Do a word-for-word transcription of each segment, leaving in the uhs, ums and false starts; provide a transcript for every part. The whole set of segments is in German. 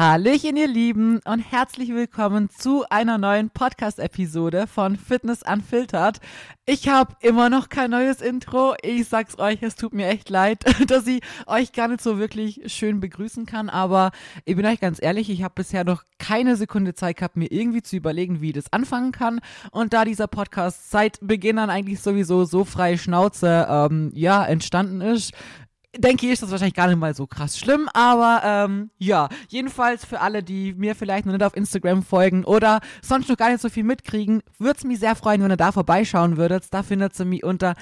Hallöchen, ihr Lieben, und herzlich willkommen zu einer neuen Podcast-Episode von Fitness Unfiltered. Ich habe immer noch kein neues Intro. Ich sag's euch, es tut mir echt leid, dass ich euch gar nicht so wirklich schön begrüßen kann, aber ich bin euch ganz ehrlich, ich habe bisher noch keine Sekunde Zeit gehabt, mir irgendwie zu überlegen, wie ich das anfangen kann. Und da dieser Podcast seit Beginn an eigentlich sowieso so frei Schnauze ähm, ja, entstanden ist, denke ich, ist das wahrscheinlich gar nicht mal so krass schlimm, aber ähm, ja, jedenfalls für alle, die mir vielleicht noch nicht auf Instagram folgen oder sonst noch gar nicht so viel mitkriegen, würde es mich sehr freuen, wenn ihr da vorbeischauen würdet. Da findet ihr mich unter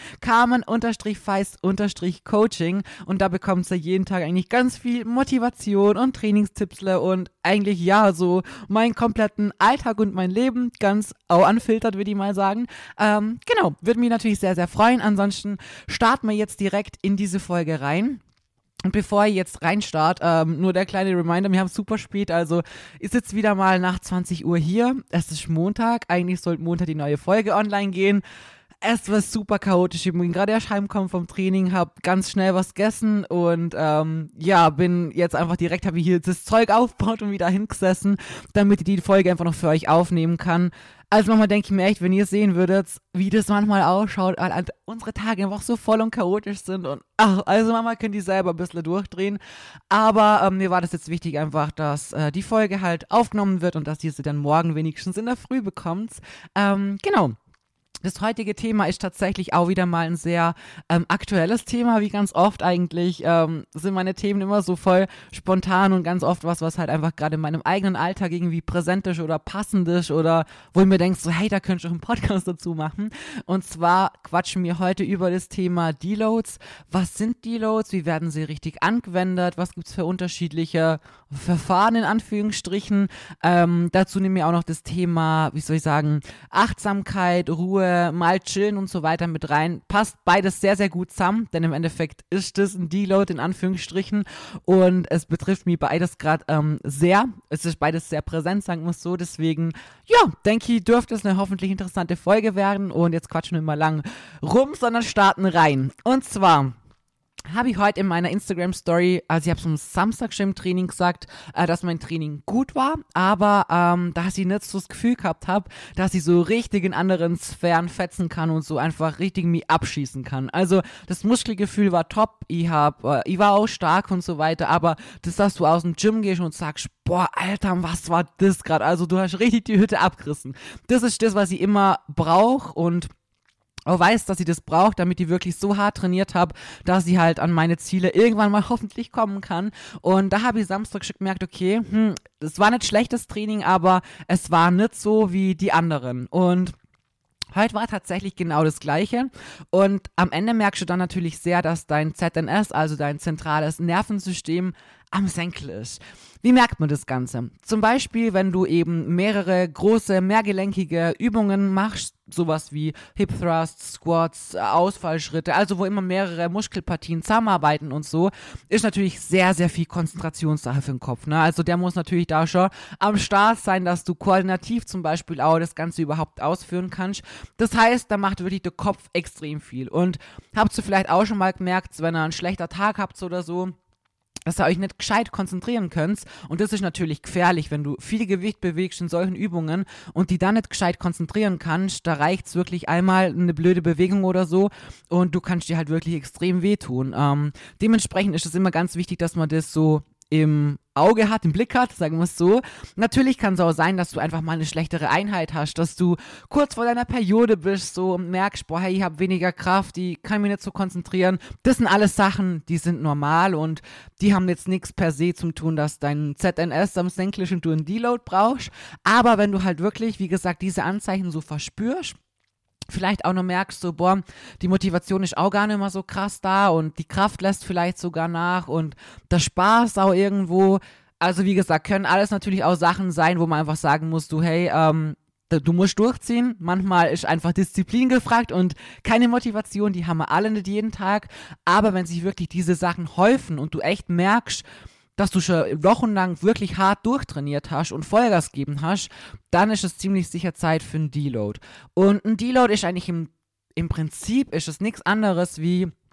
Carmen-Feist-Coaching und da bekommt ihr jeden Tag eigentlich ganz viel Motivation und Trainingstippsle und eigentlich ja, so meinen kompletten Alltag und mein Leben ganz auch unfiltert, würde ich mal sagen. Ähm, genau, würde mich natürlich sehr, sehr freuen. Ansonsten starten wir jetzt direkt in diese Folge rein. Und bevor ich jetzt reinstarte, ähm, nur der kleine Reminder, wir haben es super spät, also ich sitze wieder mal nach zwanzig Uhr hier. Es ist Montag, eigentlich sollte Montag die neue Folge online gehen. Es war super chaotisch. Ich bin gerade erst heimgekommen vom Training, habe ganz schnell was gegessen und ähm, ja, bin jetzt einfach direkt, habe ich hier das Zeug aufgebaut und wieder hingesessen, damit ich die Folge einfach noch für euch aufnehmen kann. Also manchmal denke ich mir echt, wenn ihr sehen würdet, wie das manchmal ausschaut, weil unsere Tage einfach so voll und chaotisch sind und ach, also manchmal könnt ihr selber ein bisschen durchdrehen, aber ähm, mir war das jetzt wichtig einfach, dass äh, die Folge halt aufgenommen wird und dass ihr sie dann morgen wenigstens in der Früh bekommt. Ähm, genau. Das heutige Thema ist tatsächlich auch wieder mal ein sehr ähm, aktuelles Thema, wie ganz oft eigentlich ähm, sind meine Themen immer so voll spontan und ganz oft was, was halt einfach gerade in meinem eigenen Alltag irgendwie präsent ist oder passend ist oder wo ich mir denke, so hey, da könntest du einen Podcast dazu machen. Und zwar quatschen wir heute über das Thema Deloads. Was sind Deloads? Wie werden sie richtig angewendet? Was gibt's für unterschiedliche Verfahren in Anführungsstrichen? Ähm, dazu nehmen wir auch noch das Thema, wie soll ich sagen, Achtsamkeit, Ruhe, mal chillen und so weiter mit rein. Passt beides sehr, sehr gut zusammen, denn im Endeffekt ist das ein Deload in Anführungsstrichen und es betrifft mich beides gerade ähm, sehr. Es ist beides sehr präsent, sagen wir es so. Deswegen, ja, denke ich, dürfte es eine hoffentlich interessante Folge werden und jetzt quatschen wir mal lang rum, sondern starten rein. Und zwar habe ich heute in meiner Instagram-Story, also ich habe es am Samstag schon im Training gesagt, äh, dass mein Training gut war, aber ähm, dass ich nicht so das Gefühl gehabt habe, dass ich so richtig in anderen Sphären fetzen kann und so einfach richtig mich abschießen kann. Also das Muskelgefühl war top, ich, hab, äh, ich war auch stark und so weiter, aber das, dass du aus dem Gym gehst und sagst, boah, Alter, was war das gerade? Also du hast richtig die Hütte abgerissen. Das ist das, was ich immer brauche und auch weiß, dass ich das brauche, damit ich wirklich so hart trainiert habe, dass ich halt an meine Ziele irgendwann mal hoffentlich kommen kann. Und da habe ich Samstag schon gemerkt, okay, hm, das war nicht schlechtes Training, aber es war nicht so wie die anderen. Und heute war tatsächlich genau das Gleiche und am Ende merkst du dann natürlich sehr, dass dein Z N S, also dein zentrales Nervensystem, am Senkel ist. Wie merkt man das Ganze? Zum Beispiel, wenn du eben mehrere große, mehrgelenkige Übungen machst, sowas wie Hip Thrusts, Squats, Ausfallschritte, also wo immer mehrere Muskelpartien zusammenarbeiten und so, ist natürlich sehr, sehr viel Konzentrationssache für den Kopf. Ne? Also der muss natürlich da schon am Start sein, dass du koordinativ zum Beispiel auch das Ganze überhaupt ausführen kannst. Das heißt, da macht wirklich der Kopf extrem viel. Und habt ihr vielleicht auch schon mal gemerkt, wenn ihr einen schlechten Tag habt oder so, dass ihr euch nicht gescheit konzentrieren könnt. Und das ist natürlich gefährlich, wenn du viel Gewicht bewegst in solchen Übungen und die dann nicht gescheit konzentrieren kannst. Da reicht's wirklich einmal eine blöde Bewegung oder so und du kannst dir halt wirklich extrem wehtun. Ähm, dementsprechend ist es immer ganz wichtig, dass man das so im Auge hat, im Blick hat, sagen wir es so. Natürlich kann es auch sein, dass du einfach mal eine schlechtere Einheit hast, dass du kurz vor deiner Periode bist, so und merkst, boah, hey, ich habe weniger Kraft, die kann mich nicht so konzentrieren. Das sind alles Sachen, die sind normal und die haben jetzt nichts per se zum tun, dass dein Z N S am Senkel ist und du einen Deload brauchst. Aber wenn du halt wirklich, wie gesagt, diese Anzeichen so verspürst, vielleicht auch noch merkst, so, boah, die Motivation ist auch gar nicht mehr so krass da und die Kraft lässt vielleicht sogar nach und der Spaß auch irgendwo. Also wie gesagt, können alles natürlich auch Sachen sein, wo man einfach sagen muss, du, hey, ähm, du musst durchziehen. Manchmal ist einfach Disziplin gefragt und keine Motivation, die haben wir alle nicht jeden Tag. Aber wenn sich wirklich diese Sachen häufen und du echt merkst, dass du schon wochenlang wirklich hart durchtrainiert hast und Vollgas gegeben hast, dann ist es ziemlich sicher Zeit für einen Deload. Und ein Deload ist eigentlich im, im Prinzip ist es nichts anderes wie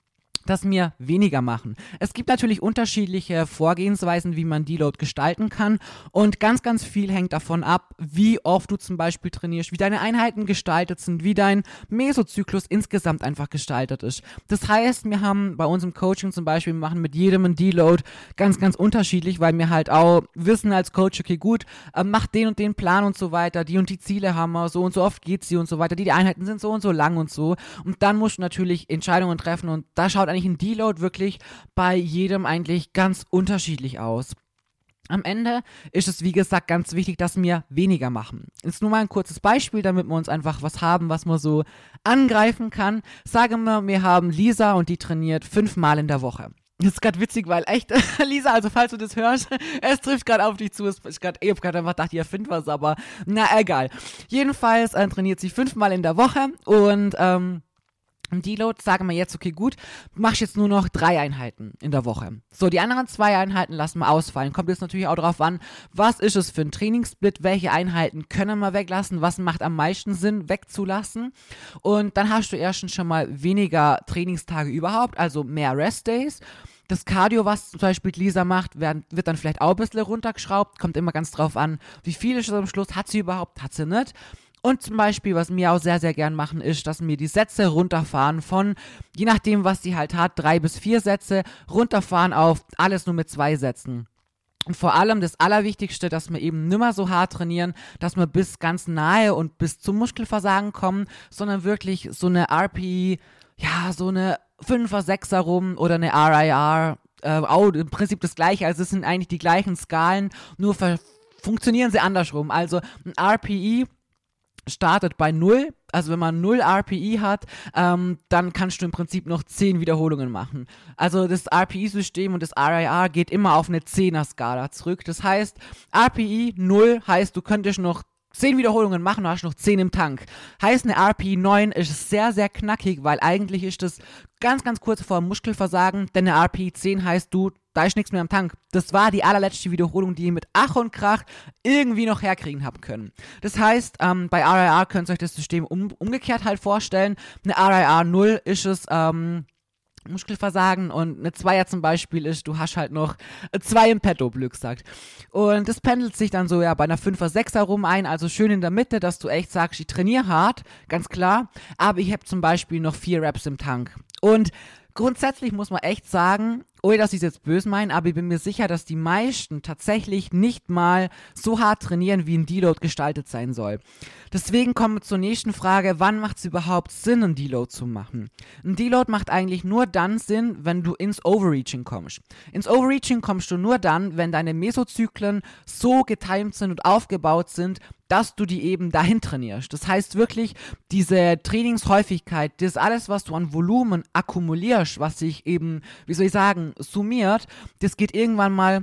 dass wir weniger machen. Es gibt natürlich unterschiedliche Vorgehensweisen, wie man Deload gestalten kann und ganz, ganz viel hängt davon ab, wie oft du zum Beispiel trainierst, wie deine Einheiten gestaltet sind, wie dein Mesozyklus insgesamt einfach gestaltet ist. Das heißt, wir haben bei uns im Coaching zum Beispiel, wir machen mit jedem einen Deload ganz, ganz unterschiedlich, weil wir halt auch wissen als Coach, okay gut, äh, mach den und den Plan und so weiter, die und die Ziele haben wir, so und so oft geht's sie und so weiter, die, die Einheiten sind so und so lang und so und dann musst du natürlich Entscheidungen treffen und da schaut eigentlich ein Deload wirklich bei jedem eigentlich ganz unterschiedlich aus. Am Ende ist es, wie gesagt, ganz wichtig, dass wir weniger machen. Jetzt nur mal ein kurzes Beispiel, damit wir uns einfach was haben, was man so angreifen kann. Sagen wir, wir haben Lisa und die trainiert fünfmal in der Woche. Das ist gerade witzig, weil echt, Lisa, also falls du das hörst, es trifft gerade auf dich zu. Es ist grad, ich hab gerade einfach gedacht, ihr findet was, aber na egal. Jedenfalls äh, trainiert sie fünfmal in der Woche und ähm, im Deload sagen wir jetzt, okay, gut, machst jetzt nur noch drei Einheiten in der Woche. So, die anderen zwei Einheiten lassen wir ausfallen. Kommt jetzt natürlich auch darauf an, was ist es für ein Trainingssplit, welche Einheiten können wir weglassen, was macht am meisten Sinn wegzulassen. Und dann hast du erstens schon mal weniger Trainingstage überhaupt, also mehr Restdays. Das Cardio, was zum Beispiel Lisa macht, wird, wird dann vielleicht auch ein bisschen runtergeschraubt. Kommt immer ganz drauf an, wie viel ist es am Schluss, hat sie überhaupt, hat sie nicht. Und zum Beispiel, was wir auch sehr, sehr gern machen, ist, dass wir die Sätze runterfahren von, je nachdem, was sie halt hat, drei bis vier Sätze, runterfahren auf alles nur mit zwei Sätzen. Und vor allem das Allerwichtigste, dass wir eben nimmer so hart trainieren, dass wir bis ganz nahe und bis zum Muskelversagen kommen, sondern wirklich so eine R P E, ja, so eine fünfer, sechser rum oder eine R I R, äh, auch im Prinzip das Gleiche, also es sind eigentlich die gleichen Skalen, nur ver- funktionieren sie andersrum. Also ein R P E startet bei null, also wenn man null R P E hat, ähm, dann kannst du im Prinzip noch zehn Wiederholungen machen. Also das R P E-System und das R I R geht immer auf eine zehner-Skala zurück. Das heißt, R P E null heißt, du könntest noch zehn Wiederholungen machen, du hast noch zehn im Tank. Heißt, eine R P E neun ist sehr, sehr knackig, weil eigentlich ist das ganz, ganz kurz vor dem Muskelversagen, denn eine R P E zehn heißt, du, da ist nichts mehr im Tank. Das war die allerletzte Wiederholung, die ihr mit Ach und Krach irgendwie noch herkriegen habt können. Das heißt, ähm, bei R I R könnt ihr euch das System um, umgekehrt halt vorstellen. Eine R I R null ist es, ähm, Muskelversagen und eine Zweier zum Beispiel ist, du hast halt noch zwei im Petto, blöd gesagt. Und das pendelt sich dann so ja bei einer Fünfer, Sechser rum ein, also schön in der Mitte, dass du echt sagst, ich trainiere hart, ganz klar, aber ich habe zum Beispiel noch vier Reps im Tank. Und grundsätzlich muss man echt sagen, ohne dass ich es jetzt böse meine, aber ich bin mir sicher, dass die meisten tatsächlich nicht mal so hart trainieren, wie ein Deload gestaltet sein soll. Deswegen kommen wir zur nächsten Frage, wann macht es überhaupt Sinn, einen Deload zu machen? Ein Deload macht eigentlich nur dann Sinn, wenn du ins Overreaching kommst. Ins Overreaching kommst du nur dann, wenn deine Mesozyklen so getimed sind und aufgebaut sind, dass du die eben dahin trainierst. Das heißt wirklich, diese Trainingshäufigkeit, das alles, was du an Volumen akkumulierst, was sich eben, wie soll ich sagen, summiert, das geht irgendwann mal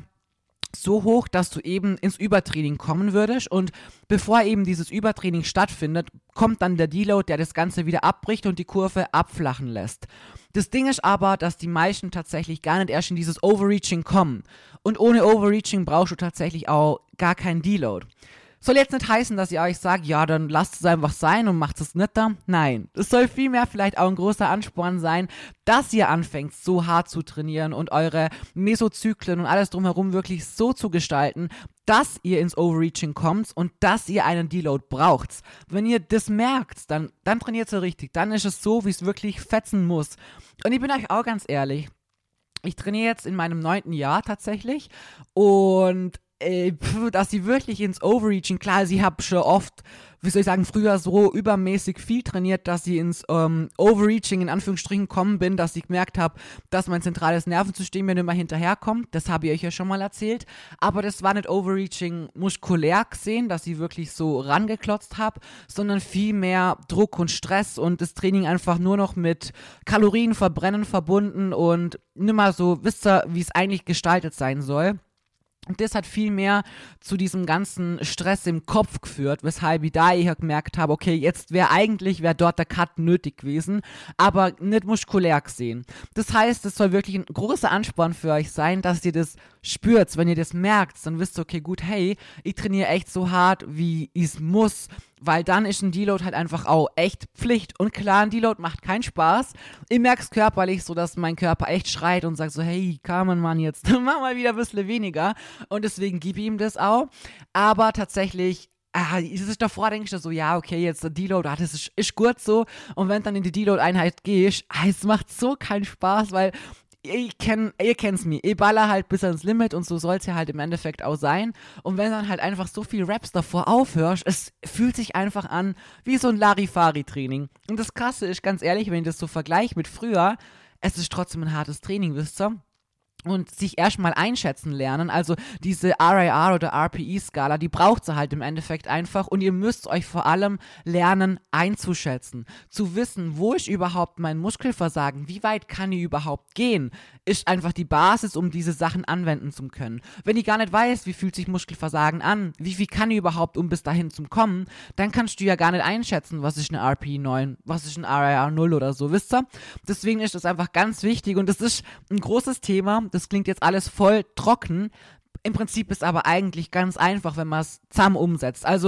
so hoch, dass du eben ins Übertraining kommen würdest und bevor eben dieses Übertraining stattfindet, kommt dann der Deload, der das Ganze wieder abbricht und die Kurve abflachen lässt. Das Ding ist aber, dass die meisten tatsächlich gar nicht erst in dieses Overreaching kommen und ohne Overreaching brauchst du tatsächlich auch gar keinen Deload. Soll jetzt nicht heißen, dass ihr euch sagt, ja, dann lasst es einfach sein und macht es nicht da. Nein, es soll vielmehr vielleicht auch ein großer Ansporn sein, dass ihr anfängt, so hart zu trainieren und eure Mesozyklen und alles drumherum wirklich so zu gestalten, dass ihr ins Overreaching kommt und dass ihr einen Deload braucht. Wenn ihr das merkt, dann, dann trainiert ihr richtig. Dann ist es so, wie es wirklich fetzen muss. Und ich bin euch auch ganz ehrlich, ich trainiere jetzt in meinem neunten Jahr tatsächlich und Äh, pf, dass sie wirklich ins Overreaching, klar, sie haben schon oft, wie soll ich sagen, früher so übermäßig viel trainiert, dass sie ins ähm, Overreaching in Anführungsstrichen kommen bin, dass ich gemerkt habe, dass mein zentrales Nervensystem mir nicht mehr hinterherkommt, das habe ich euch ja schon mal erzählt, aber das war nicht Overreaching muskulär gesehen, dass ich wirklich so rangeklotzt habe, sondern viel mehr Druck und Stress und das Training einfach nur noch mit Kalorienverbrennen verbunden und nimmer so, wisst ihr, wie es eigentlich gestaltet sein soll. Und das hat viel mehr zu diesem ganzen Stress im Kopf geführt, weshalb ich da eher gemerkt habe, okay, jetzt wäre eigentlich, wäre dort der Cut nötig gewesen, aber nicht muskulär gesehen. Das heißt, es soll wirklich ein großer Ansporn für euch sein, dass ihr das spürt, wenn ihr das merkt, dann wisst ihr, okay, gut, hey, ich trainiere echt so hart, wie ich es muss, weil dann ist ein Deload halt einfach auch echt Pflicht. Und klar, ein Deload macht keinen Spaß. Ich merke es körperlich so, dass mein Körper echt schreit und sagt so, hey, Carmen, Mann, jetzt mach mal wieder ein bisschen weniger. Und deswegen gib ihm das auch. Aber tatsächlich, ah, ist davor denke ich so, ja, okay, jetzt der Deload, ah, das ist, ist gut so. Und wenn du dann in die Deload-Einheit gehst, ah, es macht so keinen Spaß, weil ich kenn, ihr kennt's mir, ich baller halt bis ans Limit und so soll's ja halt im Endeffekt auch sein. Und wenn dann halt einfach so viel Raps davor aufhörst, es fühlt sich einfach an wie so ein Larifari-Training. Und das Krasse ist, ganz ehrlich, wenn ich das so vergleiche mit früher, es ist trotzdem ein hartes Training, wisst ihr? Und sich erstmal einschätzen lernen, also diese R I R oder R P E-Skala, die braucht sie halt im Endeffekt einfach und ihr müsst euch vor allem lernen einzuschätzen, zu wissen, wo ist überhaupt mein Muskelversagen, wie weit kann ich überhaupt gehen, ist einfach die Basis, um diese Sachen anwenden zu können. Wenn ich gar nicht weiß, wie fühlt sich Muskelversagen an, wie viel kann ich überhaupt, um bis dahin zu kommen, dann kannst du ja gar nicht einschätzen, was ist eine R P E neun, was ist ein R I R null oder so, wisst ihr? Deswegen ist das einfach ganz wichtig und das ist ein großes Thema. Das klingt jetzt alles voll trocken. Im Prinzip ist aber eigentlich ganz einfach, wenn man es zusammen umsetzt. Also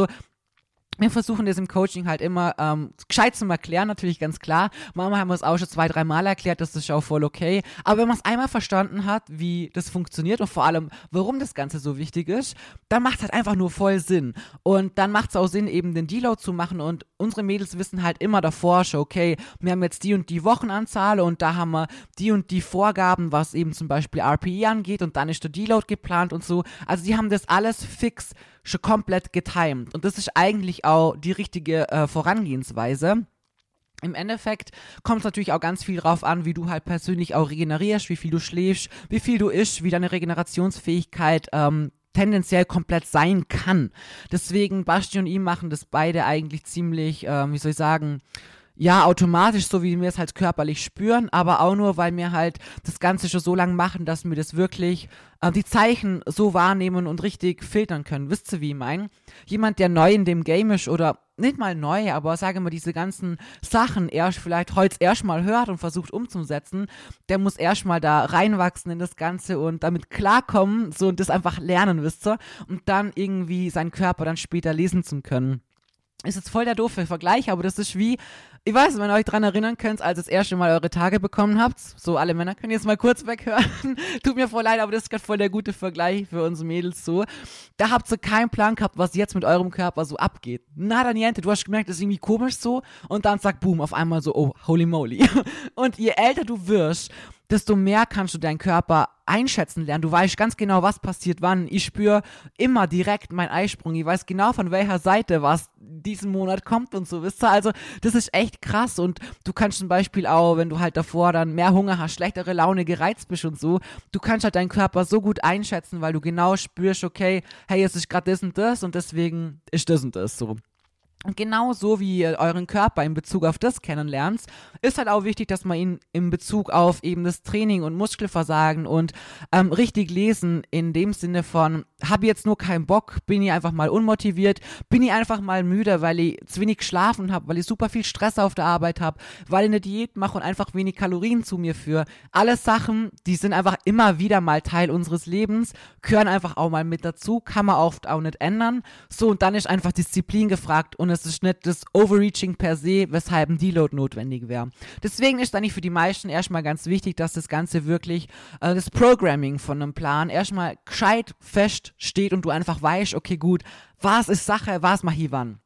wir versuchen das im Coaching halt immer ähm, gescheit zu erklären, natürlich ganz klar. Manchmal haben wir es auch schon zwei, drei Mal erklärt, das ist auch voll okay. Aber wenn man es einmal verstanden hat, wie das funktioniert und vor allem, warum das Ganze so wichtig ist, dann macht es halt einfach nur voll Sinn. Und dann macht es auch Sinn, eben den Deload zu machen. Und unsere Mädels wissen halt immer davor schon, okay, wir haben jetzt die und die Wochenanzahl und da haben wir die und die Vorgaben, was eben zum Beispiel R P E angeht und dann ist der Deload geplant und so. Also die haben das alles fix schon komplett getimed. Und das ist eigentlich auch die richtige äh, Vorangehensweise. Im Endeffekt kommt es natürlich auch ganz viel drauf an, wie du halt persönlich auch regenerierst, wie viel du schläfst, wie viel du isst, wie deine Regenerationsfähigkeit ähm, tendenziell komplett sein kann. Deswegen, Basti und ihm machen das beide eigentlich ziemlich, ähm, wie soll ich sagen, ja, automatisch, so wie wir es halt körperlich spüren, aber auch nur, weil wir halt das Ganze schon so lange machen, dass wir das wirklich, äh, die Zeichen so wahrnehmen und richtig filtern können. Wisst ihr, wie ich meine? Jemand, der neu in dem Game ist oder nicht mal neu, aber sage mal, diese ganzen Sachen erst vielleicht heute erstmal hört und versucht umzusetzen, der muss erstmal da reinwachsen in das Ganze und damit klarkommen, so und das einfach lernen, wisst ihr? Und dann irgendwie seinen Körper dann später lesen zu können. Ist jetzt voll der doofe Vergleich, aber das ist wie, ich weiß nicht, wenn ihr euch dran erinnern könnt, als ihr das erste Mal eure Tage bekommen habt, so alle Männer können jetzt mal kurz weghören, tut mir voll leid, aber das ist gerade voll der gute Vergleich für unsere Mädels so, da habt ihr keinen Plan gehabt, was jetzt mit eurem Körper so abgeht. Nada niente, du hast gemerkt, das ist irgendwie komisch so und dann zack, boom, auf einmal so, oh, holy moly. Und je älter du wirst, desto mehr kannst du deinen Körper einschätzen lernen. Du weißt ganz genau, was passiert wann. Ich spüre immer direkt meinen Eisprung. Ich weiß genau, von welcher Seite was diesen Monat kommt und so, wisst ihr? Also, das ist echt krass und du kannst zum Beispiel auch, wenn du halt davor dann mehr Hunger hast, schlechtere Laune, gereizt bist und so, du kannst halt deinen Körper so gut einschätzen, weil du genau spürst, okay, hey, es ist gerade das und das und deswegen ist das und das so. Und genauso wie ihr euren Körper in Bezug auf das kennenlernt, ist halt auch wichtig, dass man ihn in Bezug auf eben das Training und Muskelversagen und ähm, richtig lesen in dem Sinne von, habe jetzt nur keinen Bock, bin ich einfach mal unmotiviert, bin ich einfach mal müde, weil ich zu wenig geschlafen habe, weil ich super viel Stress auf der Arbeit habe, weil ich eine Diät mache und einfach wenig Kalorien zu mir führe. Alles Sachen, die sind einfach immer wieder mal Teil unseres Lebens, gehören einfach auch mal mit dazu, kann man oft auch nicht ändern. So, und dann ist einfach Disziplin gefragt und es ist nicht das Overreaching per se, weshalb ein Deload notwendig wäre. Deswegen ist eigentlich für die meisten erstmal ganz wichtig, dass das Ganze wirklich, äh, das Programming von einem Plan erstmal gescheit fest steht und du einfach weißt, okay gut, was ist Sache, was mach ich wann.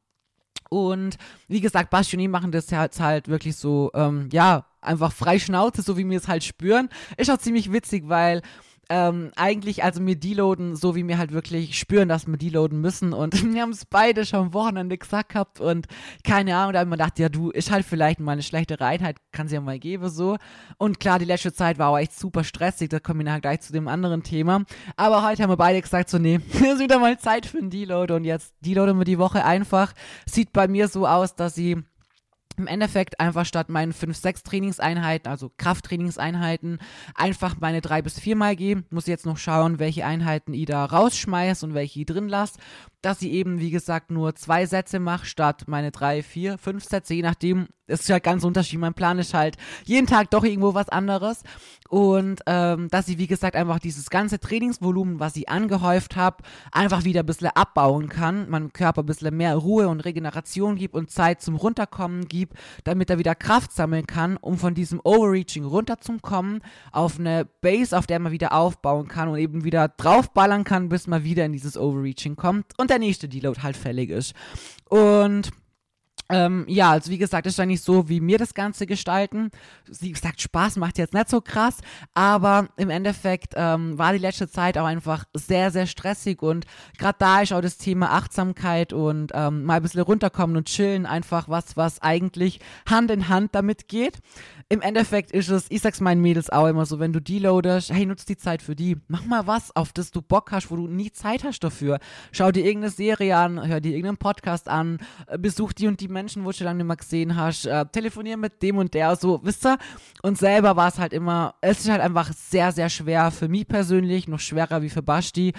Und wie gesagt, Basti und ich machen das jetzt halt wirklich so, ähm, ja, einfach frei Schnauze, so wie wir es halt spüren. Ist auch ziemlich witzig, weil Ähm, eigentlich, also wir deloaden, so wie wir halt wirklich spüren, dass wir deloaden müssen und wir haben es beide schon am Wochenende gesagt gehabt und keine Ahnung, da haben wir gedacht, ja du, ist halt vielleicht mal eine schlechtere Einheit, kann es ja mal geben so und klar, die letzte Zeit war auch echt super stressig, da kommen wir nachher gleich zu dem anderen Thema, aber heute haben wir beide gesagt so, nee, es ist wieder mal Zeit für einen Deload und jetzt deloaden wir die Woche einfach, sieht bei mir so aus, dass sie im Endeffekt einfach statt meinen fünf, sechs Trainingseinheiten, also Krafttrainingseinheiten, einfach meine drei bis vier Mal gebe. Muss jetzt noch schauen, welche Einheiten ich da rausschmeiße und welche ich drin lasse. Dass ich eben, wie gesagt, nur zwei Sätze mache, statt meine drei, vier, fünf Sätze, je nachdem, es ist halt ganz unterschiedlich. Mein Plan ist halt jeden Tag doch irgendwo was anderes. Und ähm, dass ich, wie gesagt, einfach dieses ganze Trainingsvolumen, was ich angehäuft habe, einfach wieder ein bisschen abbauen kann, meinem Körper ein bisschen mehr Ruhe und Regeneration gibt und Zeit zum Runterkommen gibt, damit er wieder Kraft sammeln kann, um von diesem Overreaching runterzukommen, auf eine Base, auf der man wieder aufbauen kann und eben wieder draufballern kann, bis man wieder in dieses Overreaching kommt und der nächste Deload halt fällig ist. Und Ähm, ja, also wie gesagt, ist ja nicht so, wie mir das Ganze gestalten. Wie gesagt, Spaß macht jetzt nicht so krass, aber im Endeffekt ähm, war die letzte Zeit auch einfach sehr, sehr stressig und gerade da ist auch das Thema Achtsamkeit und ähm, mal ein bisschen runterkommen und chillen einfach was, was eigentlich Hand in Hand damit geht. Im Endeffekt ist es, ich sag's meinen Mädels auch immer so, wenn du deloadest, hey, nutz die Zeit für die. Mach mal was, auf das du Bock hast, wo du nie Zeit hast dafür. Schau dir irgendeine Serie an, hör dir irgendeinen Podcast an, äh, besuch die und die Menschen, wo du schon lange nicht mehr gesehen hast, äh, telefonier mit dem und der, so, wisst ihr? Und selber war es halt immer, es ist halt einfach sehr, sehr schwer für mich persönlich, noch schwerer wie für Basti,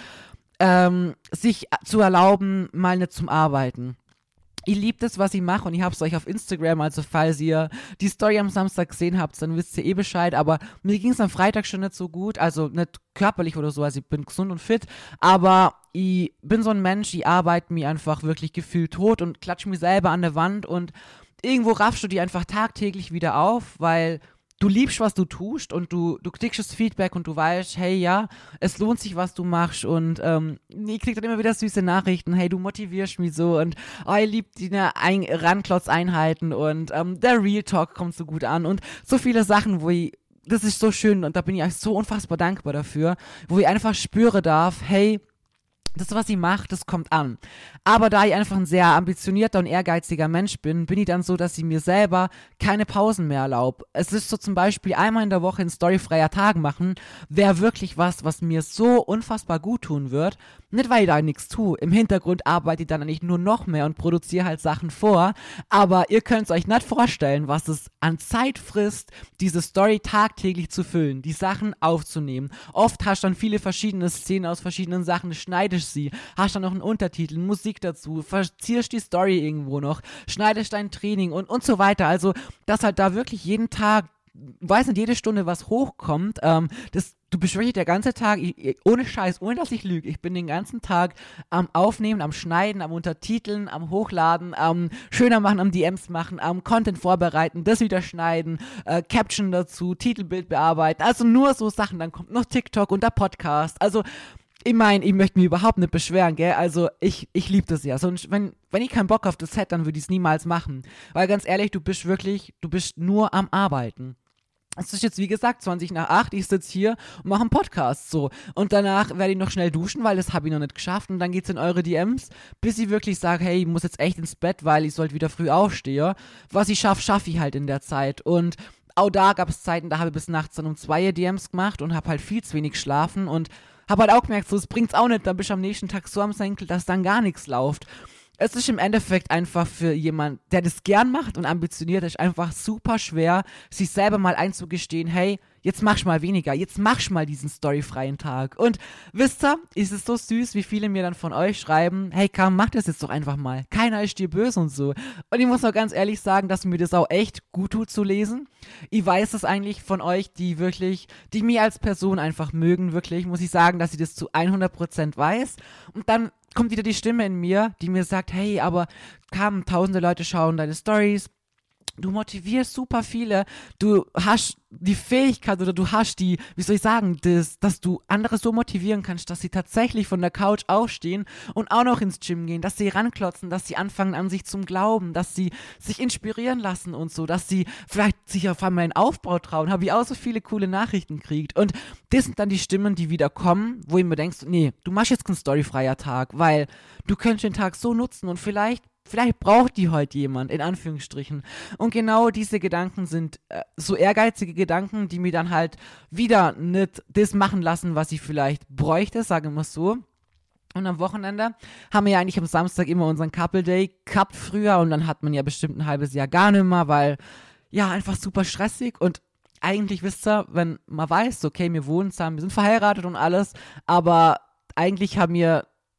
ähm, sich zu erlauben, mal nicht zum Arbeiten. Ihr liebt es, was ich mache und ich habe es euch auf Instagram, also falls ihr die Story am Samstag gesehen habt, dann wisst ihr eh Bescheid, aber mir ging es am Freitag schon nicht so gut, also nicht körperlich oder so, also ich bin gesund und fit, aber ich bin so ein Mensch, ich arbeite mich einfach wirklich gefühlt tot und klatsche mich selber an der Wand und irgendwo raffst du die einfach tagtäglich wieder auf, weil du liebst, was du tust und du, du kriegst das Feedback und du weißt, hey, ja, es lohnt sich, was du machst und ähm, ich krieg dann immer wieder süße Nachrichten, hey, du motivierst mich so und oh, ich lieb die Ein- Ranklotz-Einheiten und ähm, der Real Talk kommt so gut an und so viele Sachen, wo ich, das ist so schön und da bin ich euch so unfassbar dankbar dafür, wo ich einfach spüre darf, hey, das, was ich mache, das kommt an. Aber da ich einfach ein sehr ambitionierter und ehrgeiziger Mensch bin, bin ich dann so, dass ich mir selber keine Pausen mehr erlaube. Es ist so zum Beispiel einmal in der Woche ein storyfreier Tag machen, wäre wirklich was, was mir so unfassbar gut tun wird. Nicht, weil ich da nichts tue. Im Hintergrund arbeite ich dann eigentlich nur noch mehr und produziere halt Sachen vor. Aber ihr könnt es euch nicht vorstellen, was es an Zeit frisst, diese Story tagtäglich zu füllen, die Sachen aufzunehmen. Oft hast du dann viele verschiedene Szenen aus verschiedenen Sachen, schneidest sie, hast dann noch einen Untertitel, Musik dazu, verzierst die Story irgendwo noch, schneidest dein Training und, und so weiter. Also, dass halt da wirklich jeden Tag, weiß nicht, jede Stunde was hochkommt, ähm, das, du bist wirklich der ganze Tag, ich, ich, ohne Scheiß, ohne dass ich lüge, ich bin den ganzen Tag am Aufnehmen, am Schneiden, am Untertiteln, am Hochladen, am schöner machen, am D Ms machen, am Content vorbereiten, das wieder schneiden, äh, Caption dazu, Titelbild bearbeiten, also nur so Sachen, dann kommt noch TikTok und der Podcast, also ich meine, ich möchte mich überhaupt nicht beschweren, gell, also ich, ich liebe das ja, so, wenn, wenn ich keinen Bock auf das hätte, dann würde ich es niemals machen, weil ganz ehrlich, du bist wirklich, du bist nur am Arbeiten. Es ist jetzt, wie gesagt, zwanzig nach acht, ich sitze hier und mache einen Podcast, so. Und danach werde ich noch schnell duschen, weil das habe ich noch nicht geschafft. Und dann geht's in eure D Ms, bis ich wirklich sage, hey, ich muss jetzt echt ins Bett, weil ich sollte wieder früh aufstehen. Was ich schaffe, schaffe ich halt in der Zeit. Und auch da gab es Zeiten, da habe ich bis nachts dann um zwei D Ms gemacht und habe halt viel zu wenig geschlafen und habe halt auch gemerkt, so, es bringt's auch nicht, dann bist du am nächsten Tag so am Senkel, dass dann gar nichts läuft. Es ist im Endeffekt einfach für jemand, der das gern macht und ambitioniert ist, einfach super schwer, sich selber mal einzugestehen, hey, jetzt machst mal weniger, jetzt machst mal diesen storyfreien Tag. Und wisst ihr, ist es so süß, wie viele mir dann von euch schreiben, hey Kam, mach das jetzt doch einfach mal, keiner ist dir böse und so. Und ich muss auch ganz ehrlich sagen, dass mir das auch echt gut tut zu lesen. Ich weiß es eigentlich von euch, die wirklich, die mich als Person einfach mögen, wirklich, muss ich sagen, dass ich das zu hundert Prozent weiß. Und dann kommt wieder die Stimme in mir, die mir sagt, hey, aber Kam, tausende Leute schauen deine Stories, du motivierst super viele, du hast die Fähigkeit oder du hast die, wie soll ich sagen, das, dass du andere so motivieren kannst, dass sie tatsächlich von der Couch aufstehen und auch noch ins Gym gehen, dass sie ranklotzen, dass sie anfangen an sich zum Glauben, dass sie sich inspirieren lassen und so, dass sie vielleicht sich auf einmal einen Aufbau trauen, habe ich auch so viele coole Nachrichten gekriegt und das sind dann die Stimmen, die wieder kommen, wo ich mir denkst, nee, du machst jetzt keinen storyfreier Tag, weil du könntest den Tag so nutzen und vielleicht Vielleicht braucht die heute jemand, in Anführungsstrichen. Und genau diese Gedanken sind äh, so ehrgeizige Gedanken, die mir dann halt wieder nicht das machen lassen, was ich vielleicht bräuchte, sagen wir es so. Und am Wochenende haben wir ja eigentlich am Samstag immer unseren Couple Day gehabt früher und dann hat man ja bestimmt ein halbes Jahr gar nicht mehr, weil ja einfach super stressig und eigentlich wisst ihr, wenn man weiß, okay, wir wohnen zusammen, wir sind verheiratet und alles, aber eigentlich haben wir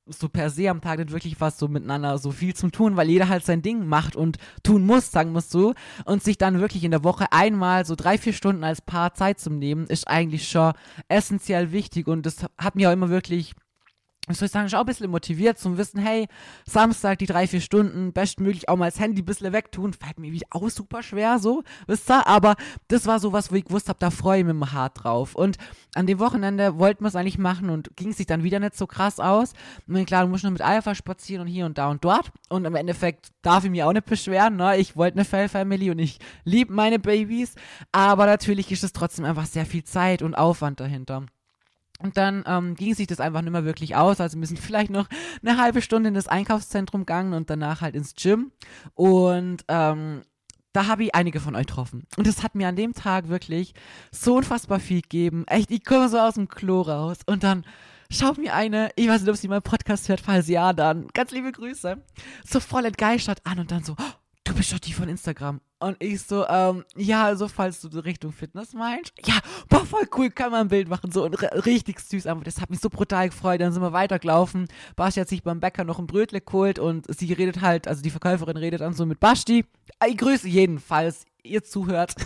so per se am Tag nicht wirklich was so miteinander so viel zu tun, weil jeder halt sein Ding macht und tun muss, sagen wir es so. Und sich dann wirklich in der Woche einmal so drei, vier Stunden als Paar Zeit zu nehmen, ist eigentlich schon essentiell wichtig. Und das hat mir auch immer wirklich, ich soll sagen, schon auch ein bisschen motiviert zum Wissen, hey, Samstag die drei, vier Stunden, bestmöglich auch mal das Handy ein bisschen wegtun, fällt mir wieder auch super schwer so, wisst ihr, aber das war so was, wo ich gewusst habe, da freue ich mich immer hart drauf. Und an dem Wochenende wollten wir es eigentlich machen und ging es sich dann wieder nicht so krass aus. Und klar, du musst nur mit Alpha spazieren und hier und da und dort und im Endeffekt darf ich mich auch nicht beschweren, ne, ich wollte eine Fell-Family und ich liebe meine Babys, aber natürlich ist es trotzdem einfach sehr viel Zeit und Aufwand dahinter. Und dann ähm, ging sich das einfach nicht mehr wirklich aus. Also wir sind vielleicht noch eine halbe Stunde in das Einkaufszentrum gegangen und danach halt ins Gym. Und ähm, da habe ich einige von euch getroffen. Und das hat mir an dem Tag wirklich so unfassbar viel gegeben. Echt, ich komme so aus dem Klo raus. Und dann schaut mir eine, ich weiß nicht, ob sie meinen Podcast hört, falls ja, dann ganz liebe Grüße, so voll entgeistert an und dann so, oh, du bist doch die von Instagram. Und ich so, ähm, ja, also falls du Richtung Fitness meinst, ja, boah, voll cool, kann man ein Bild machen, so, und r- richtig süß, aber das hat mich so brutal gefreut, dann sind wir weitergelaufen, Basti hat sich beim Bäcker noch ein Brötle geholt und sie redet halt, also die Verkäuferin redet dann so mit Basti, ich grüße jedenfalls, ihr zuhört,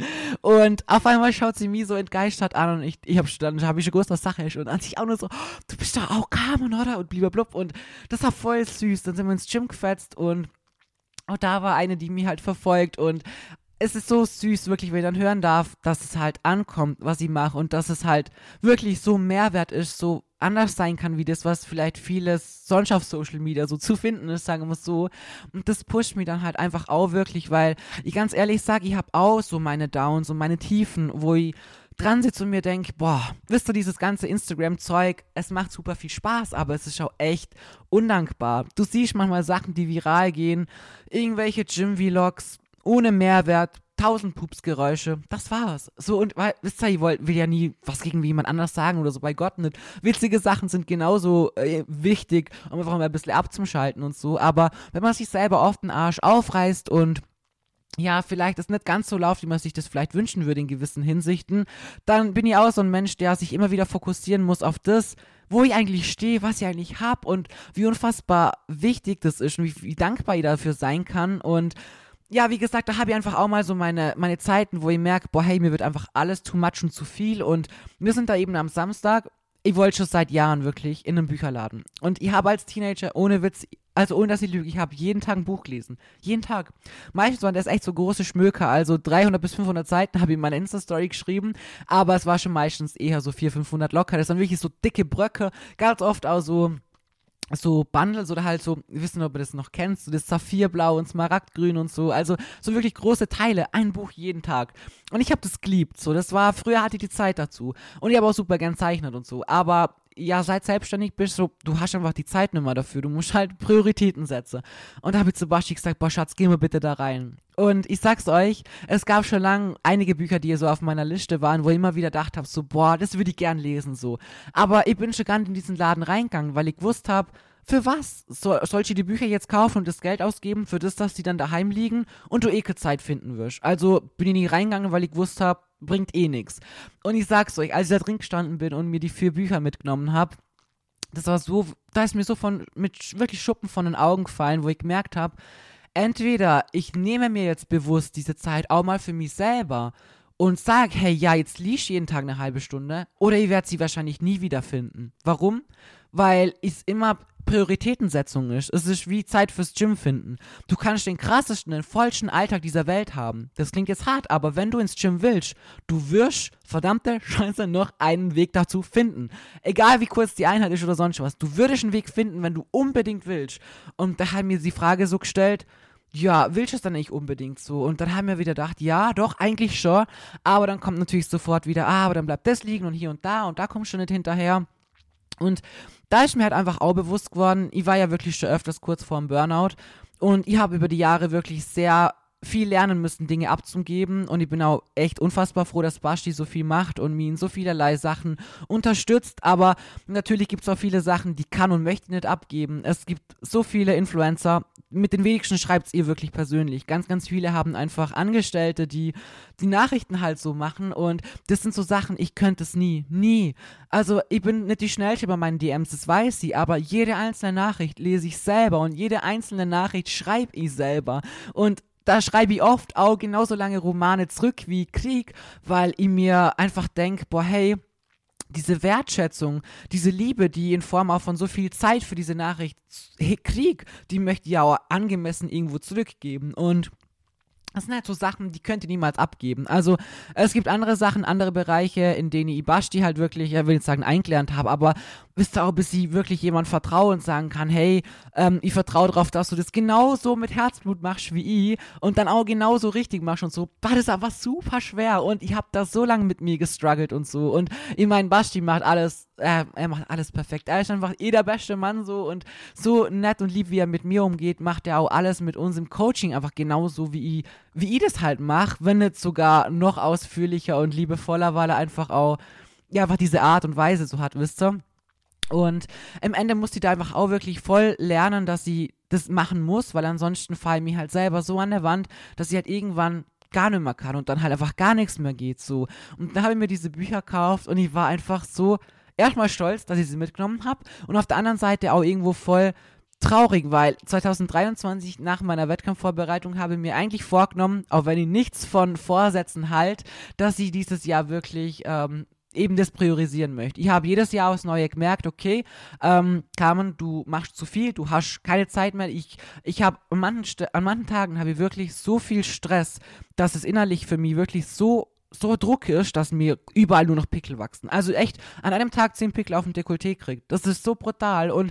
und auf einmal schaut sie mich so entgeistert an und ich, ich hab, dann habe ich schon gewusst, was Sache ist und an sich auch nur so, du bist doch auch Carmen, oder? Und blub und das war voll süß, dann sind wir ins Gym gefetzt und und da war eine, die mich halt verfolgt und es ist so süß, wirklich, wenn ich dann hören darf, dass es halt ankommt, was ich mache und dass es halt wirklich so Mehrwert ist, so anders sein kann, wie das, was vielleicht vieles sonst auf Social Media so zu finden ist, sagen wir es so. Und das pusht mich dann halt einfach auch wirklich, weil ich ganz ehrlich sage, ich habe auch so meine Downs und meine Tiefen, wo ich dran sitze und mir denke, boah, wisst ihr, dieses ganze Instagram-Zeug, es macht super viel Spaß, aber es ist auch echt undankbar. Du siehst manchmal Sachen, die viral gehen, irgendwelche Gym-Vlogs ohne Mehrwert, tausend Pupsgeräusche, das war's. So, und weil, wisst ihr, ich wollt, will ja nie was gegen jemand anders sagen oder so, bei Gott nicht. Witzige Sachen sind genauso äh, wichtig, um einfach mal ein bisschen abzuschalten und so, aber wenn man sich selber oft den Arsch aufreißt und ja, vielleicht es nicht ganz so läuft, wie man sich das vielleicht wünschen würde in gewissen Hinsichten, dann bin ich auch so ein Mensch, der sich immer wieder fokussieren muss auf das, wo ich eigentlich stehe, was ich eigentlich habe und wie unfassbar wichtig das ist und wie, wie dankbar ich dafür sein kann. Und ja, wie gesagt, da habe ich einfach auch mal so meine, meine Zeiten, wo ich merke, boah, hey, mir wird einfach alles too much und zu viel. Und wir sind da eben am Samstag, ich wollte schon seit Jahren wirklich in einem Bücherladen. Und ich habe als Teenager, ohne Witz, also ohne dass ich lüge, ich habe jeden Tag ein Buch gelesen. Jeden Tag. Meistens waren das echt so große Schmöker, also dreihundert bis fünfhundert Seiten habe ich in meiner Insta-Story geschrieben, aber es war schon meistens eher so vierhundert, fünfhundert locker. Das waren wirklich so dicke Bröcke, ganz oft auch so so Bundles oder halt so, wir wissen, ob ihr das noch kennst, so das Saphirblau und Smaragdgrün und so, also so wirklich große Teile, ein Buch jeden Tag. Und ich habe das geliebt, so, das war, früher hatte ich die Zeit dazu und ich habe auch super gern zeichnet und so, aber ja, seit selbstständig bist, so, du hast einfach die Zeit nicht mehr dafür, du musst halt Prioritäten setzen. Und da habe ich zu Basti gesagt, boah Schatz, geh mal bitte da rein. Und ich sag's euch, es gab schon lange einige Bücher, die so auf meiner Liste waren, wo ich immer wieder gedacht habe, so, boah, das würde ich gern lesen, so. Aber ich bin schon gar nicht in diesen Laden reingegangen, weil ich gewusst habe, für was so, soll ich die Bücher jetzt kaufen und das Geld ausgeben, für das, dass die dann daheim liegen und du eh keine Zeit finden wirst. Also bin ich nie reingegangen, weil ich gewusst habe, bringt eh nichts. Und ich sag's euch, als ich da drin gestanden bin und mir die vier Bücher mitgenommen habe, das war so, da ist mir so von, mit wirklich Schuppen von den Augen gefallen, wo ich gemerkt habe, entweder ich nehme mir jetzt bewusst diese Zeit auch mal für mich selber und sage, hey, ja, jetzt liest jeden Tag eine halbe Stunde, oder ich werde sie wahrscheinlich nie wiederfinden. Warum? Weil es immer Prioritätensetzung ist. Es ist wie Zeit fürs Gym finden. Du kannst den krassesten, den vollsten Alltag dieser Welt haben. Das klingt jetzt hart, aber wenn du ins Gym willst, du wirst verdammte Scheiße noch einen Weg dazu finden. Egal wie kurz die Einheit ist oder sonst was. Du würdest einen Weg finden, wenn du unbedingt willst. Und da hat mir die Frage so gestellt, ja, willst du es dann nicht unbedingt so? Und dann haben wir wieder gedacht, ja, doch, eigentlich schon. Aber dann kommt natürlich sofort wieder, ah, aber dann bleibt das liegen und hier und da und da kommst du nicht hinterher. Und da ist mir halt einfach auch bewusst geworden, ich war ja wirklich schon öfters kurz vorm Burnout und ich habe über die Jahre wirklich sehr viel lernen müssen, Dinge abzugeben, und ich bin auch echt unfassbar froh, dass Basti so viel macht und mich in so vielerlei Sachen unterstützt, aber natürlich gibt es auch viele Sachen, die kann und möchte ich nicht abgeben. Es gibt so viele Influencer, mit den wenigsten schreibt ihr wirklich persönlich. Ganz, ganz viele haben einfach Angestellte, die die Nachrichten halt so machen und das sind so Sachen, ich könnte es nie, nie. Also ich bin nicht die Schnellste bei meinen D Ms, das weiß sie, aber jede einzelne Nachricht lese ich selber und jede einzelne Nachricht schreibe ich selber und da schreibe ich oft auch genauso lange Romane zurück wie Krieg, weil ich mir einfach denke, boah, hey, diese Wertschätzung, diese Liebe, die in Form auch von so viel Zeit für diese Nachricht hey, Krieg, die möchte ich ja auch angemessen irgendwo zurückgeben und das sind halt so Sachen, die könnt ihr niemals abgeben. Also es gibt andere Sachen, andere Bereiche, in denen ich Ibashti halt wirklich, ich will nicht sagen eingelernt habe, aber wisst ihr auch, bis sie wirklich jemand vertrauen und sagen kann, hey, ähm, ich vertraue darauf, dass du das genauso mit Herzblut machst wie ich und dann auch genauso richtig machst und so. Das ist aber super schwer und ich habe da so lange mit mir gestruggelt und so und ich mein, Basti macht alles, äh, er macht alles perfekt. Er ist einfach eh der beste Mann so und so nett und lieb, wie er mit mir umgeht, macht er auch alles mit uns im Coaching einfach genauso wie ich, wie ich das halt mache, wenn nicht sogar noch ausführlicher und liebevoller, weil er einfach auch, ja, einfach diese Art und Weise so hat, wisst ihr? Und am Ende muss die da einfach auch wirklich voll lernen, dass sie das machen muss, weil ansonsten fall ich mir halt selber so an der Wand, dass sie halt irgendwann gar nicht mehr kann und dann halt einfach gar nichts mehr geht so. Und dann habe ich mir diese Bücher gekauft und ich war einfach so erstmal stolz, dass ich sie mitgenommen habe und auf der anderen Seite auch irgendwo voll traurig, weil zwanzig dreiundzwanzig nach meiner Wettkampfvorbereitung habe ich mir eigentlich vorgenommen, auch wenn ich nichts von Vorsätzen halt, dass ich dieses Jahr wirklich ähm, eben das priorisieren möchte. Ich habe jedes Jahr aufs Neue gemerkt, okay, ähm, Carmen, du machst zu viel, du hast keine Zeit mehr. Ich, ich habe an manchen, an manchen Tagen habe ich wirklich so viel Stress, dass es innerlich für mich wirklich so so Druck ist, dass mir überall nur noch Pickel wachsen. Also echt, an einem Tag zehn Pickel auf dem Dekolleté kriegt. Das ist so brutal und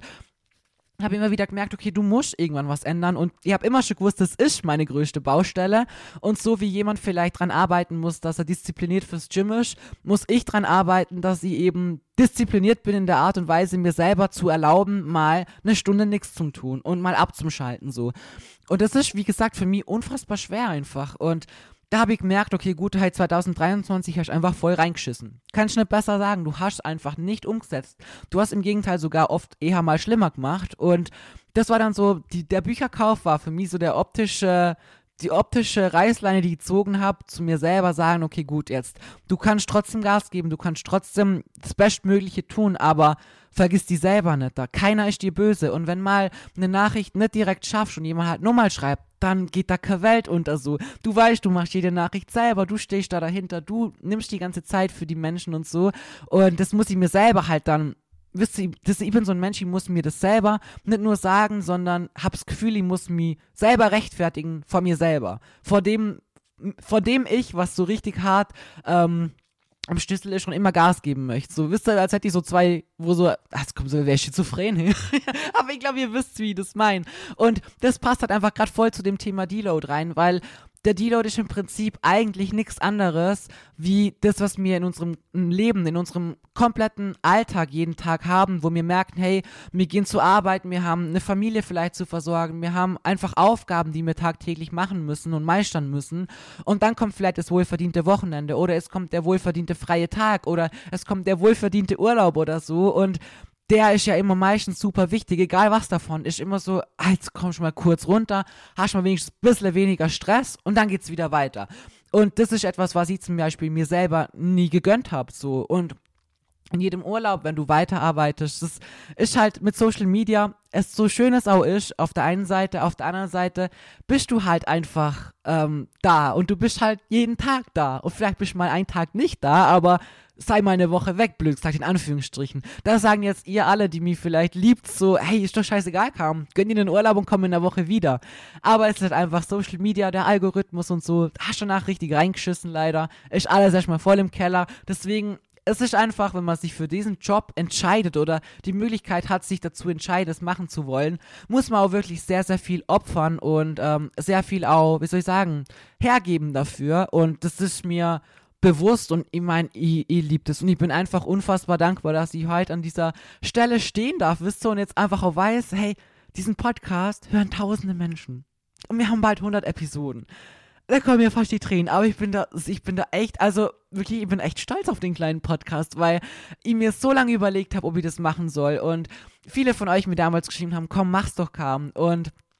habe immer wieder gemerkt, okay, du musst irgendwann was ändern und ich habe immer schon gewusst, das ist meine größte Baustelle und so wie jemand vielleicht dran arbeiten muss, dass er diszipliniert fürs Gym ist, muss ich dran arbeiten, dass ich eben diszipliniert bin in der Art und Weise, mir selber zu erlauben, mal eine Stunde nichts zu tun und mal abzuschalten so. Und das ist, wie gesagt, für mich unfassbar schwer einfach und da habe ich gemerkt, okay, gut, halt zwanzig dreiundzwanzig hast du einfach voll reingeschissen. Kannst nicht besser sagen, du hast einfach nicht umgesetzt. Du hast im Gegenteil sogar oft eher mal schlimmer gemacht und das war dann so, die, der Bücherkauf war für mich so der optische, die optische Reißleine, die ich gezogen habe, zu mir selber sagen, okay, gut, jetzt, du kannst trotzdem Gas geben, du kannst trotzdem das Bestmögliche tun, aber vergiss die selber nicht, da keiner ist dir böse und wenn mal eine Nachricht nicht direkt schaffst und jemand halt nochmal schreibt, dann geht da keine Welt unter so. Du weißt, du machst jede Nachricht selber, du stehst da dahinter, du nimmst die ganze Zeit für die Menschen und so und das muss ich mir selber halt dann, wisst ihr, das, ich bin so ein Mensch, ich muss mir das selber nicht nur sagen, sondern hab das Gefühl, ich muss mich selber rechtfertigen vor mir selber, vor dem, vor dem ich, was so richtig hart, ähm, am Schlüssel ist schon immer Gas geben möchte. So, wisst ihr, als hätte ich so zwei, wo so, das kommt so, wer ist schizophren hin? Aber ich glaube, ihr wisst, wie ich das meine. Und das passt halt einfach gerade voll zu dem Thema Deload rein, weil der Deload ist im Prinzip eigentlich nichts anderes, wie das, was wir in unserem Leben, in unserem kompletten Alltag jeden Tag haben, wo wir merken, hey, wir gehen zur Arbeit, wir haben eine Familie vielleicht zu versorgen, wir haben einfach Aufgaben, die wir tagtäglich machen müssen und meistern müssen und dann kommt vielleicht das wohlverdiente Wochenende oder es kommt der wohlverdiente freie Tag oder es kommt der wohlverdiente Urlaub oder so und der ist ja immer meistens super wichtig, egal was davon, ist immer so, ah, jetzt kommst du mal kurz runter, hast mal wenigstens ein bisschen weniger Stress und dann geht's wieder weiter. Und das ist etwas, was ich zum Beispiel mir selber nie gegönnt habe, so. Und in jedem Urlaub, wenn du weiterarbeitest, das ist halt mit Social Media, es so schön es auch ist, auf der einen Seite, auf der anderen Seite bist du halt einfach ähm, da und du bist halt jeden Tag da und vielleicht bist du mal einen Tag nicht da, aber sei mal eine Woche weg, blöd gesagt, in Anführungsstrichen. Da sagen jetzt ihr alle, die mich vielleicht liebt, so, hey, ist doch scheißegal, Carmen, gönn dir den Urlaub und komm in der Woche wieder. Aber es ist halt einfach Social Media, der Algorithmus und so, hast du nach richtig reingeschissen leider, ist alles erstmal voll im Keller, deswegen es ist einfach, wenn man sich für diesen Job entscheidet oder die Möglichkeit hat, sich dazu entscheidet, es machen zu wollen, muss man auch wirklich sehr, sehr viel opfern und ähm, sehr viel auch, wie soll ich sagen, hergeben dafür. Und das ist mir bewusst und ich meine, ich, ich liebe das und ich bin einfach unfassbar dankbar, dass ich heute an dieser Stelle stehen darf, wisst ihr, und jetzt einfach auch weiß, hey, diesen Podcast hören tausende Menschen und wir haben bald hundert Episoden. Da kommen mir fast die Tränen, aber ich bin da, ich bin da echt, also wirklich, ich bin echt stolz auf den kleinen Podcast, weil ich mir so lange überlegt habe, ob ich das machen soll und viele von euch mir damals geschrieben haben, komm, mach's doch, Carmen, und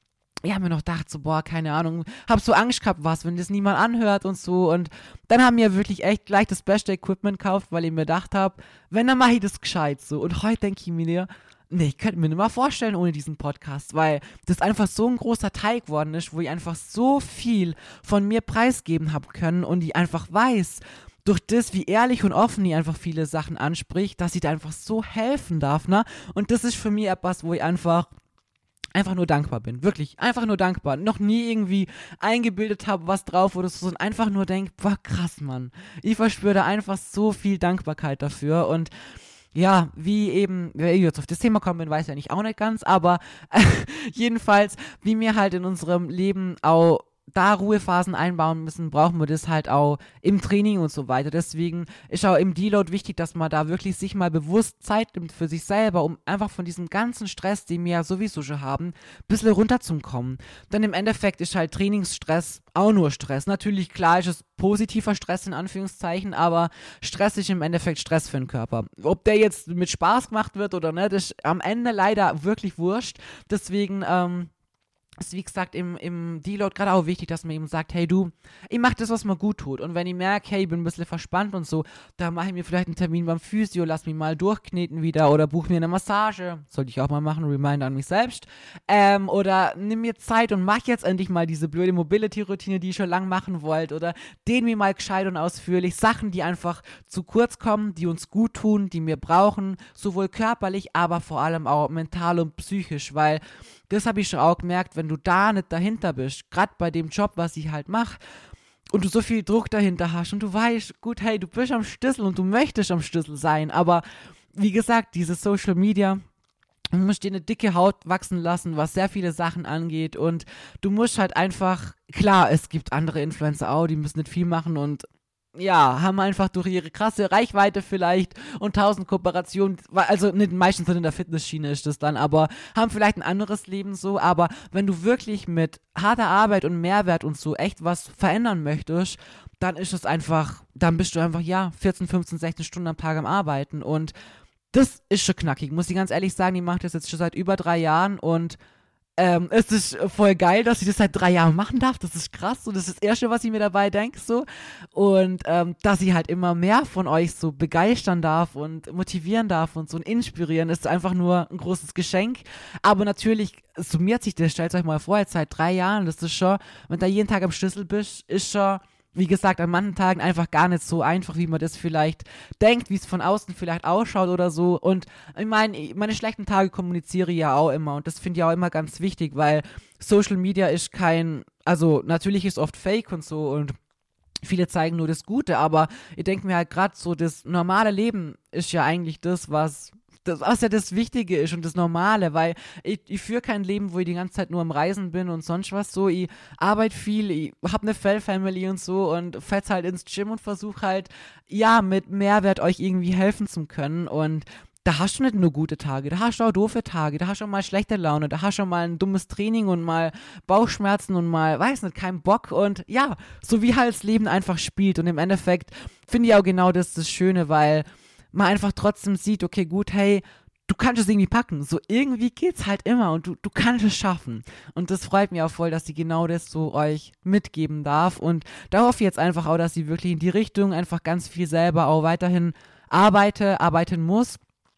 ich habe mir noch gedacht, so, boah, keine Ahnung, hab so Angst gehabt, was, wenn das niemand anhört und so. Und dann haben wir wirklich echt gleich das beste Equipment gekauft, weil ich mir gedacht habe, wenn, dann mache ich das gescheit so. Und heute denke ich mir, nee, ich könnte mir nicht mal vorstellen ohne diesen Podcast, weil das einfach so ein großer Teil geworden ist, wo ich einfach so viel von mir preisgeben habe können und ich einfach weiß, durch das, wie ehrlich und offen ich einfach viele Sachen anspricht, dass ich da einfach so helfen darf, ne? Und das ist für mich etwas, wo ich einfach einfach nur dankbar bin. Wirklich, einfach nur dankbar. Noch nie irgendwie eingebildet habe, was drauf oder so, sondern einfach nur denke, boah, krass, Mann. Ich verspüre da einfach so viel Dankbarkeit dafür und ja, wie eben, wer jetzt auf das Thema kommen bin, weiß ja nicht auch nicht ganz, aber äh, jedenfalls, wie wir halt in unserem Leben auch da Ruhephasen einbauen müssen, brauchen wir das halt auch im Training und so weiter. Deswegen ist auch im Deload wichtig, dass man da wirklich sich mal bewusst Zeit nimmt für sich selber, um einfach von diesem ganzen Stress, den wir ja sowieso schon haben, ein bisschen runterzukommen. Denn im Endeffekt ist halt Trainingsstress auch nur Stress. Natürlich, klar ist es positiver Stress in Anführungszeichen, aber Stress ist im Endeffekt Stress für den Körper. Ob der jetzt mit Spaß gemacht wird oder nicht, ist am Ende leider wirklich wurscht. Deswegen, ähm, ist wie gesagt im, im Deload gerade auch wichtig, dass man eben sagt, hey du, ich mach das, was mir gut tut. Und wenn ich merke, hey, ich bin ein bisschen verspannt und so, dann mache ich mir vielleicht einen Termin beim Physio, lass mich mal durchkneten wieder oder buche mir eine Massage. Sollte ich auch mal machen, Reminder an mich selbst. Ähm, oder nimm mir Zeit und mach jetzt endlich mal diese blöde Mobility-Routine, die ich schon lange machen wollte. Oder dehn mir mal gescheit und ausführlich. Sachen, die einfach zu kurz kommen, die uns gut tun, die wir brauchen, sowohl körperlich, aber vor allem auch mental und psychisch, weil das habe ich schon auch gemerkt, wenn du da nicht dahinter bist, gerade bei dem Job, was ich halt mache, und du so viel Druck dahinter hast und du weißt, gut, hey, du bist am Schlüssel und du möchtest am Schlüssel sein, aber wie gesagt, diese Social Media, du musst dir eine dicke Haut wachsen lassen, was sehr viele Sachen angeht und du musst halt einfach, klar, es gibt andere Influencer auch, die müssen nicht viel machen und ja, haben einfach durch ihre krasse Reichweite vielleicht und tausend Kooperationen, also nicht meistens in der Fitnessschiene ist das dann, aber haben vielleicht ein anderes Leben so, aber wenn du wirklich mit harter Arbeit und Mehrwert und so echt was verändern möchtest, dann ist es einfach, dann bist du einfach, ja, vierzehn, fünfzehn, sechzehn Stunden am Tag am Arbeiten und das ist schon knackig, muss ich ganz ehrlich sagen, ich mache das jetzt schon seit über drei Jahren und Ähm, es ist voll geil, dass ich das seit drei Jahren machen darf. Das ist krass. So, das ist das Erste, was ich mir dabei denke. So. Und ähm, dass ich halt immer mehr von euch so begeistern darf und motivieren darf und so und inspirieren, ist einfach nur ein großes Geschenk. Aber natürlich summiert sich das, stellt euch mal vor, jetzt seit drei Jahren, das ist schon, wenn du da jeden Tag am Schlüssel bist, ist schon, wie gesagt, an manchen Tagen einfach gar nicht so einfach, wie man das vielleicht denkt, wie es von außen vielleicht ausschaut oder so. Und ich meine, meine schlechten Tage kommuniziere ich ja auch immer und das finde ich auch immer ganz wichtig, weil Social Media ist kein, also natürlich ist oft Fake und so und viele zeigen nur das Gute, aber ich denke mir halt gerade so, das normale Leben ist ja eigentlich das, was das, was ja das Wichtige ist und das Normale, weil ich, ich führe kein Leben, wo ich die ganze Zeit nur am Reisen bin und sonst was so. Ich arbeite viel, ich habe eine Fell-Family und so und fetz halt ins Gym und versuche halt, ja, mit Mehrwert euch irgendwie helfen zu können und da hast du nicht nur gute Tage, da hast du auch doofe Tage, da hast du auch mal schlechte Laune, da hast du auch mal ein dummes Training und mal Bauchschmerzen und mal, weiß nicht, keinen Bock und ja, so wie halt das Leben einfach spielt und im Endeffekt finde ich auch genau das das Schöne, weil man einfach trotzdem sieht, okay, gut, hey, du kannst es irgendwie packen. So irgendwie geht's halt immer und du, du kannst es schaffen. Und das freut mich auch voll, dass sie genau das so euch mitgeben darf. Und da hoffe ich jetzt einfach auch, dass sie wirklich in die Richtung einfach ganz viel selber auch weiterhin arbeite, arbeiten muss.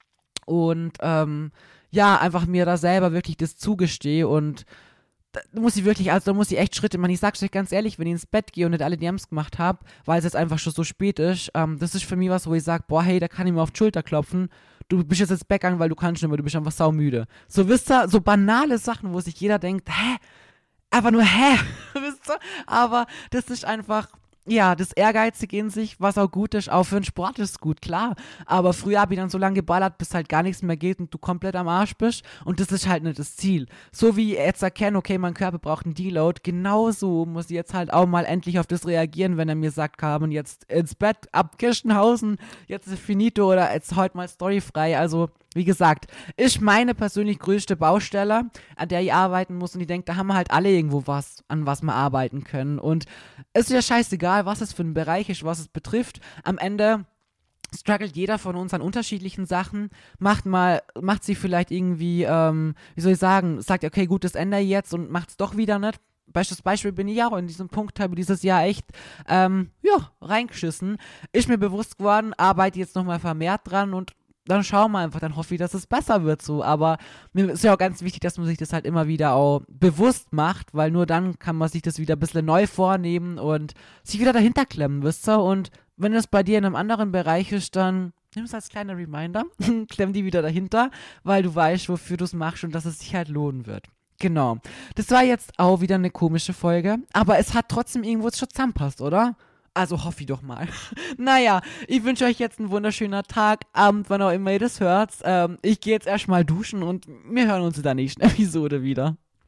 Und ähm, ja, einfach mir da selber wirklich das zugestehe und da muss ich wirklich, also da muss ich echt Schritte machen. Ich sag's euch ganz ehrlich, wenn ich ins Bett gehe und nicht alle D Ms gemacht habe, weil es jetzt einfach schon so spät ist, ähm, das ist für mich was, wo ich sage, boah, hey, da kann ich mir auf die Schulter klopfen. Du bist jetzt ins Bett gegangen, weil du kannst nicht mehr, du bist einfach saumüde. So, wisst ihr, so banale Sachen, wo sich jeder denkt, hä? Einfach nur, hä? Wisst ihr? Aber das ist einfach, ja, das Ehrgeizige in sich, was auch gut ist, auch für den Sport ist gut, klar. Aber früher habe ich dann so lange geballert, bis halt gar nichts mehr geht und du komplett am Arsch bist. Und das ist halt nicht das Ziel. So wie ich jetzt erkenne, okay, mein Körper braucht einen Deload, genauso muss ich jetzt halt auch mal endlich auf das reagieren, wenn er mir sagt, Carmen, jetzt ins Bett, ab Kirschenhausen, jetzt ist finito oder jetzt heute mal storyfrei. Also, wie gesagt, ist meine persönlich größte Baustelle, an der ich arbeiten muss und ich denke, da haben wir halt alle irgendwo was, an was wir arbeiten können und es ist ja scheißegal, was es für ein Bereich ist, was es betrifft. Am Ende struggelt jeder von uns an unterschiedlichen Sachen, macht mal, macht sie vielleicht irgendwie, ähm, wie soll ich sagen, sagt, okay, gut, das ändere ich jetzt und macht es doch wieder nicht. Bestes Beispiel bin ich auch in diesem Punkt, habe dieses Jahr echt, ähm, ja, reingeschissen. Ist mir bewusst geworden, arbeite jetzt nochmal vermehrt dran und dann schauen wir einfach, dann hoffe ich, dass es besser wird so. Aber mir ist ja auch ganz wichtig, dass man sich das halt immer wieder auch bewusst macht, weil nur dann kann man sich das wieder ein bisschen neu vornehmen und sich wieder dahinter klemmen, wisst ihr? Und wenn es bei dir in einem anderen Bereich ist, dann nimm es als kleiner Reminder, klemm die wieder dahinter, weil du weißt, wofür du es machst und dass es sich halt lohnen wird. Genau. Das war jetzt auch wieder eine komische Folge, aber es hat trotzdem irgendwo schon zusammenpasst, oder? Also hoffe ich doch mal. Naja, ich wünsche euch jetzt einen wunderschönen Tag, Abend, wann auch immer ihr das hört. Ähm, ich gehe jetzt erstmal duschen und wir hören uns in der nächsten Episode wieder.